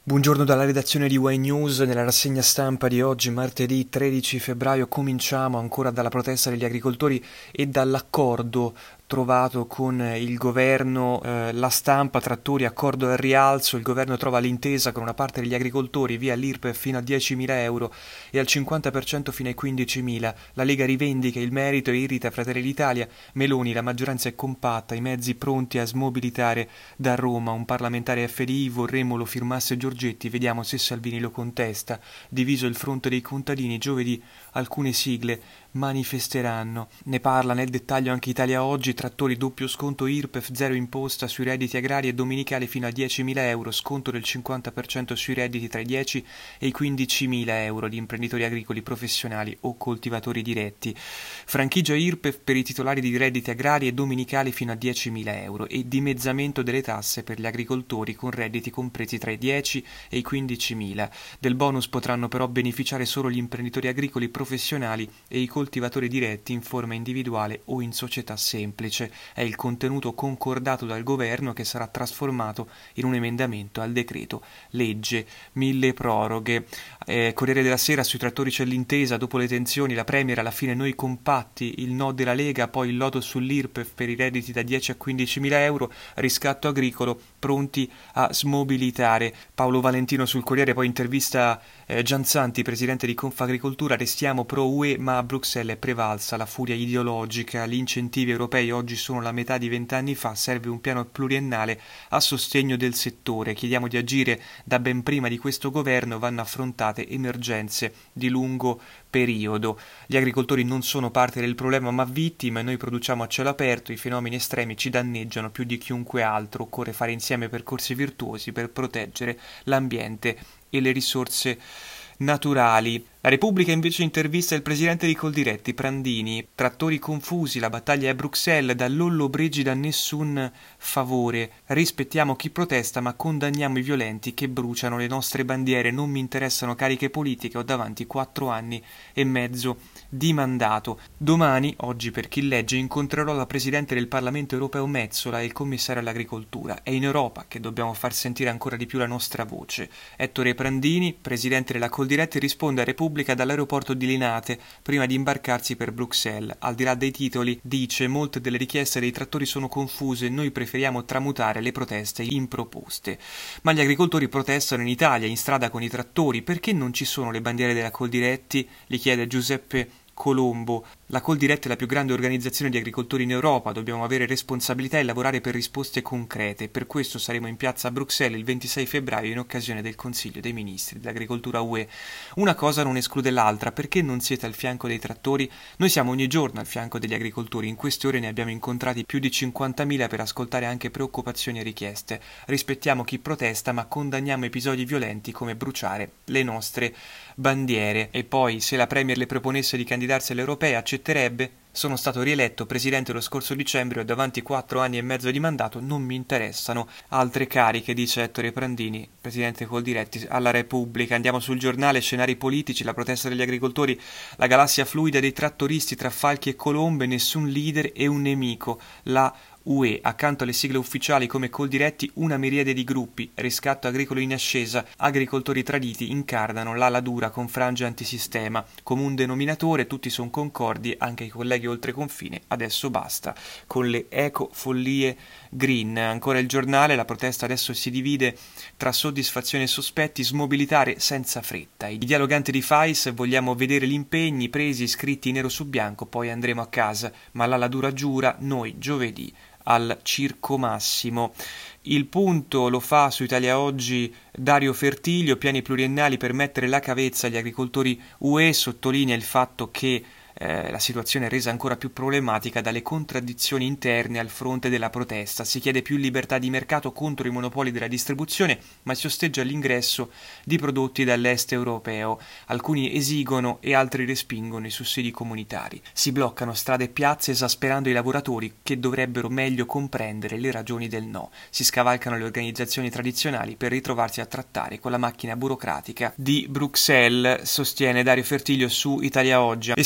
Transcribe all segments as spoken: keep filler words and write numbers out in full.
Buongiorno dalla redazione di Wine News. Nella rassegna stampa di oggi, martedì tredici febbraio, cominciamo ancora dalla protesta degli agricoltori e dall'accordo trovato con il governo. Eh, la stampa, trattori, accordo al rialzo, il governo trova l'intesa con una parte degli agricoltori, via l'I R P E F fino a diecimila euro e al cinquanta per cento fino ai quindicimila. La Lega rivendica il merito e irrita Fratelli d'Italia. Meloni, la maggioranza è compatta, i mezzi pronti a smobilitare da Roma. Un parlamentare F D I, vorremmo lo firmasse Giorgetti, vediamo se Salvini lo contesta. Diviso il fronte dei contadini, giovedì alcune sigle manifesteranno. Ne parla nel dettaglio anche Italia Oggi. Trattori, doppio sconto I R P E F, zero imposta sui redditi agrari e dominicali fino a diecimila euro, sconto del cinquanta per cento sui redditi tra i dieci e i quindicimila euro di imprenditori agricoli professionali o coltivatori diretti. Franchigia I R P E F per i titolari di redditi agrari e dominicali fino a diecimila euro e dimezzamento delle tasse per gli agricoltori con redditi compresi tra i dieci e i quindicimila. Del bonus potranno però beneficiare solo gli imprenditori agricoli professionali e i coltivatori diretti in forma individuale o in società semplice. È il contenuto concordato dal governo che sarà trasformato in un emendamento al decreto legge mille proroghe. Eh, Corriere della Sera, sui trattori c'è l'intesa, dopo le tensioni la Premier, alla fine noi compatti, il no della Lega, poi il lodo sull'I R P E F per i redditi da dieci a quindicimila euro, riscatto agricolo, pronti a smobilitare. Paolo Valentino sul Corriere, poi intervista eh, Gianzanti, presidente di Confagricoltura, restiamo pro U E ma a Bruxelles è prevalsa la furia ideologica, gli incentivi europei oggi sono la metà di vent'anni fa, serve un piano pluriennale a sostegno del settore, chiediamo di agire da ben prima di questo governo, vanno affrontate emergenze di lungo periodo. Gli agricoltori non sono parte del problema ma vittime, noi produciamo a cielo aperto, i fenomeni estremi ci danneggiano più di chiunque altro, occorre fare insieme percorsi virtuosi per proteggere l'ambiente e le risorse naturali. La Repubblica invece intervista il presidente di Coldiretti, Prandini. Trattori confusi, la battaglia è a Bruxelles, da Lollobrigida nessun favore. Rispettiamo chi protesta ma condanniamo i violenti che bruciano le nostre bandiere. Non mi interessano cariche politiche, ho davanti quattro anni e mezzo di mandato. Domani, oggi per chi legge, incontrerò la presidente del Parlamento europeo Metsola e il commissario all'agricoltura. È in Europa che dobbiamo far sentire ancora di più la nostra voce. Ettore Prandini, presidente della Coldiretti, risponde a Repubblica dall'aeroporto di Linate prima di imbarcarsi per Bruxelles. Al di là dei titoli, dice, molte delle richieste dei trattori sono confuse, noi preferiamo tramutare le proteste in proposte. Ma gli agricoltori protestano in Italia, in strada con i trattori. Perché non ci sono le bandiere della Coldiretti? Gli chiede Giuseppe Colombo. La Coldiretti è la più grande organizzazione di agricoltori in Europa, dobbiamo avere responsabilità e lavorare per risposte concrete. Per questo saremo in piazza a Bruxelles il ventisei febbraio in occasione del Consiglio dei Ministri dell'Agricoltura U E. Una cosa non esclude l'altra, perché non siete al fianco dei trattori? Noi siamo ogni giorno al fianco degli agricoltori, in queste ore ne abbiamo incontrati più di cinquantamila per ascoltare anche preoccupazioni e richieste. Rispettiamo chi protesta ma condanniamo episodi violenti come bruciare le nostre bandiere. E poi, se la Premier le proponesse di candidarsi alle europee, accetterebbe? Sono stato rieletto presidente lo scorso dicembre e ho davanti quattro anni e mezzo di mandato, non mi interessano altre cariche, dice Ettore Prandini, presidente Coldiretti alla Repubblica. Andiamo sul Giornale, scenari politici, la protesta degli agricoltori, la galassia fluida dei trattoristi tra falchi e colombe, nessun leader e un nemico, la U E, accanto alle sigle ufficiali come Coldiretti una miriade di gruppi, riscatto agricolo in ascesa, agricoltori traditi incardano l'ala dura con frange antisistema, comune denominatore, tutti sono concordi, anche i colleghi oltre confine, adesso basta, con le eco-follie green. Ancora il Giornale, la protesta adesso si divide tra soddisfazione e sospetti, smobilitare senza fretta. I dialoganti di Fais, vogliamo vedere gli impegni presi, scritti nero su bianco, poi andremo a casa, ma l'ala dura giura, noi giovedì al Circo Massimo. Il punto lo fa su Italia Oggi Dario Fertiglio, piani pluriennali per mettere la cavezza agli agricoltori U E, sottolinea il fatto che Eh, la situazione è resa ancora più problematica dalle contraddizioni interne al fronte della protesta. Si chiede più libertà di mercato contro i monopoli della distribuzione, ma si osteggia l'ingresso di prodotti dall'est europeo. Alcuni esigono e altri respingono i sussidi comunitari. Si bloccano strade e piazze esasperando i lavoratori che dovrebbero meglio comprendere le ragioni del no. Si scavalcano le organizzazioni tradizionali per ritrovarsi a trattare con la macchina burocratica di Bruxelles, sostiene Dario Fertiglio su Italia Oggi. E sempre da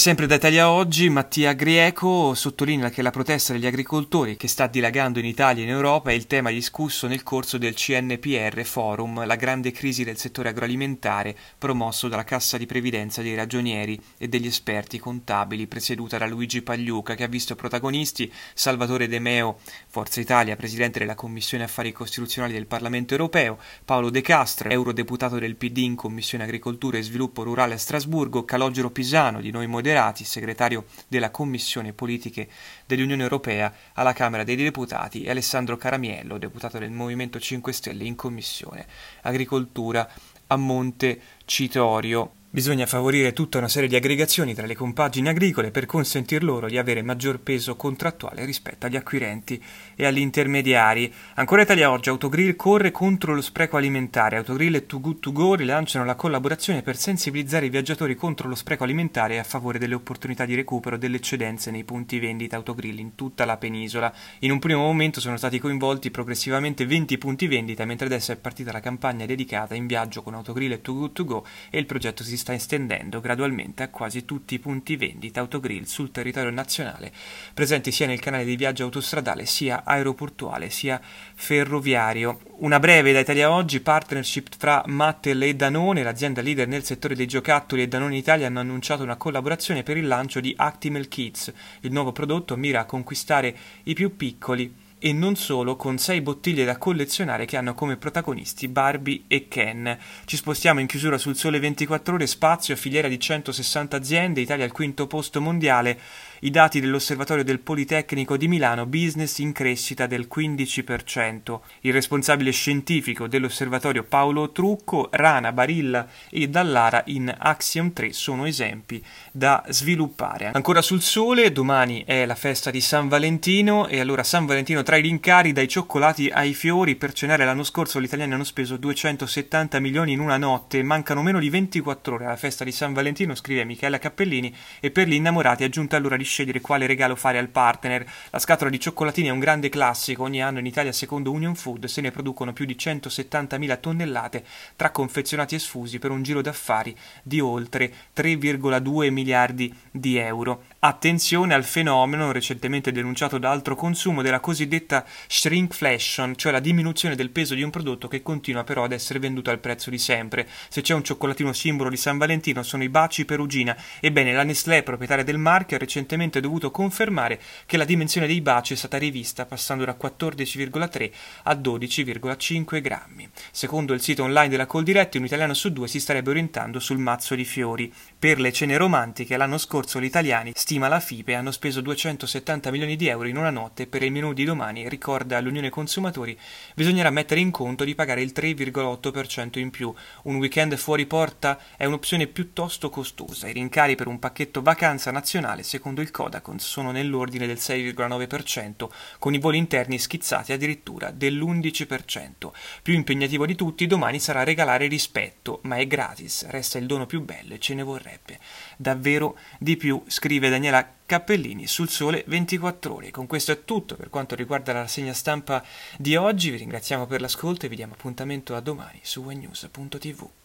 Italia Oggi, Mattia Grieco sottolinea che la protesta degli agricoltori che sta dilagando in Italia e in Europa è il tema discusso nel corso del C N P R Forum, la grande crisi del settore agroalimentare, promosso dalla Cassa di Previdenza dei Ragionieri e degli esperti contabili, presieduta da Luigi Pagliuca, che ha visto protagonisti Salvatore De Meo, Forza Italia, presidente della Commissione Affari Costituzionali del Parlamento Europeo, Paolo De Castro, eurodeputato del P D in Commissione Agricoltura e Sviluppo Rurale a Strasburgo, Calogero Pisano, di Noi Moderati, segretario della Commissione Politiche dell'Unione Europea alla Camera dei Deputati, e Alessandro Caramiello, deputato del Movimento cinque Stelle in Commissione Agricoltura a Montecitorio. Bisogna favorire tutta una serie di aggregazioni tra le compagini agricole per consentir loro di avere maggior peso contrattuale rispetto agli acquirenti e agli intermediari. Ancora Italia Oggi, Autogrill corre contro lo spreco alimentare. Autogrill e Too Good To Go rilanciano la collaborazione per sensibilizzare i viaggiatori contro lo spreco alimentare e a favore delle opportunità di recupero delle eccedenze nei punti vendita Autogrill in tutta la penisola. In un primo momento sono stati coinvolti progressivamente venti punti vendita, mentre adesso è partita la campagna dedicata In viaggio con Autogrill e Too Good To Go e il progetto si sta estendendo gradualmente a quasi tutti i punti vendita Autogrill sul territorio nazionale, presenti sia nel canale di viaggio autostradale, sia aeroportuale, sia ferroviario. Una breve da Italia Oggi, partnership fra Mattel e Danone, l'azienda leader nel settore dei giocattoli, e Danone Italia hanno annunciato una collaborazione per il lancio di Actimel Kids. Il nuovo prodotto mira a conquistare i più piccoli e non solo, con sei bottiglie da collezionare che hanno come protagonisti Barbie e Ken. Ci spostiamo in chiusura sul Sole ventiquattro Ore, spazio, filiera di centosessanta aziende, Italia al quinto posto mondiale. I dati dell'Osservatorio del Politecnico di Milano, business in crescita del quindici per cento. Il responsabile scientifico dell'osservatorio Paolo Trucco, Rana, Barilla e Dallara in Axiom tre sono esempi da sviluppare. Ancora sul Sole, domani è la festa di San Valentino e allora San Valentino tra i rincari, dai cioccolati ai fiori. Per cenare l'anno scorso gli italiani hanno speso duecentosettanta milioni in una notte, mancano meno di ventiquattro ore alla festa di San Valentino, scrive Michela Cappellini, e per gli innamorati è giunta l'ora di scegliere quale regalo fare al partner. La scatola di cioccolatini è un grande classico, ogni anno in Italia secondo Union Food se ne producono più di centosettantamila tonnellate tra confezionati e sfusi per un giro d'affari di oltre tre virgola due miliardi di euro. Attenzione al fenomeno recentemente denunciato da Altro Consumo della cosiddetta shrinkflation, cioè la diminuzione del peso di un prodotto che continua però ad essere venduto al prezzo di sempre. Se c'è un cioccolatino simbolo di San Valentino sono i Baci Perugina. Ebbene, la Nestlé, proprietaria del marchio, ha recentemente dovuto confermare che la dimensione dei baci è stata rivista, passando da quattordici virgola tre a dodici virgola cinque grammi. Secondo il sito online della Coldiretti, un italiano su due si starebbe orientando sul mazzo di fiori. Per le cene romantiche, l'anno scorso gli italiani, stima la FIPE, hanno speso duecentosettanta milioni di euro in una notte e per il menù di domani, ricorda l'Unione Consumatori, bisognerà mettere in conto di pagare il tre virgola otto per cento in più. Un weekend fuori porta è un'opzione piuttosto costosa. I rincari per un pacchetto vacanza nazionale, secondo il Codacons, sono nell'ordine del sei virgola nove per cento, con i voli interni schizzati addirittura dell'undici per cento. Più impegnativo di tutti domani sarà regalare rispetto, ma è gratis, resta il dono più bello e ce ne vorrebbe davvero di più, scrive Daniela Cappellini sul Sole ventiquattro Ore. Con questo è tutto per quanto riguarda la rassegna stampa di oggi, vi ringraziamo per l'ascolto e vi diamo appuntamento a domani su webnews punto tv.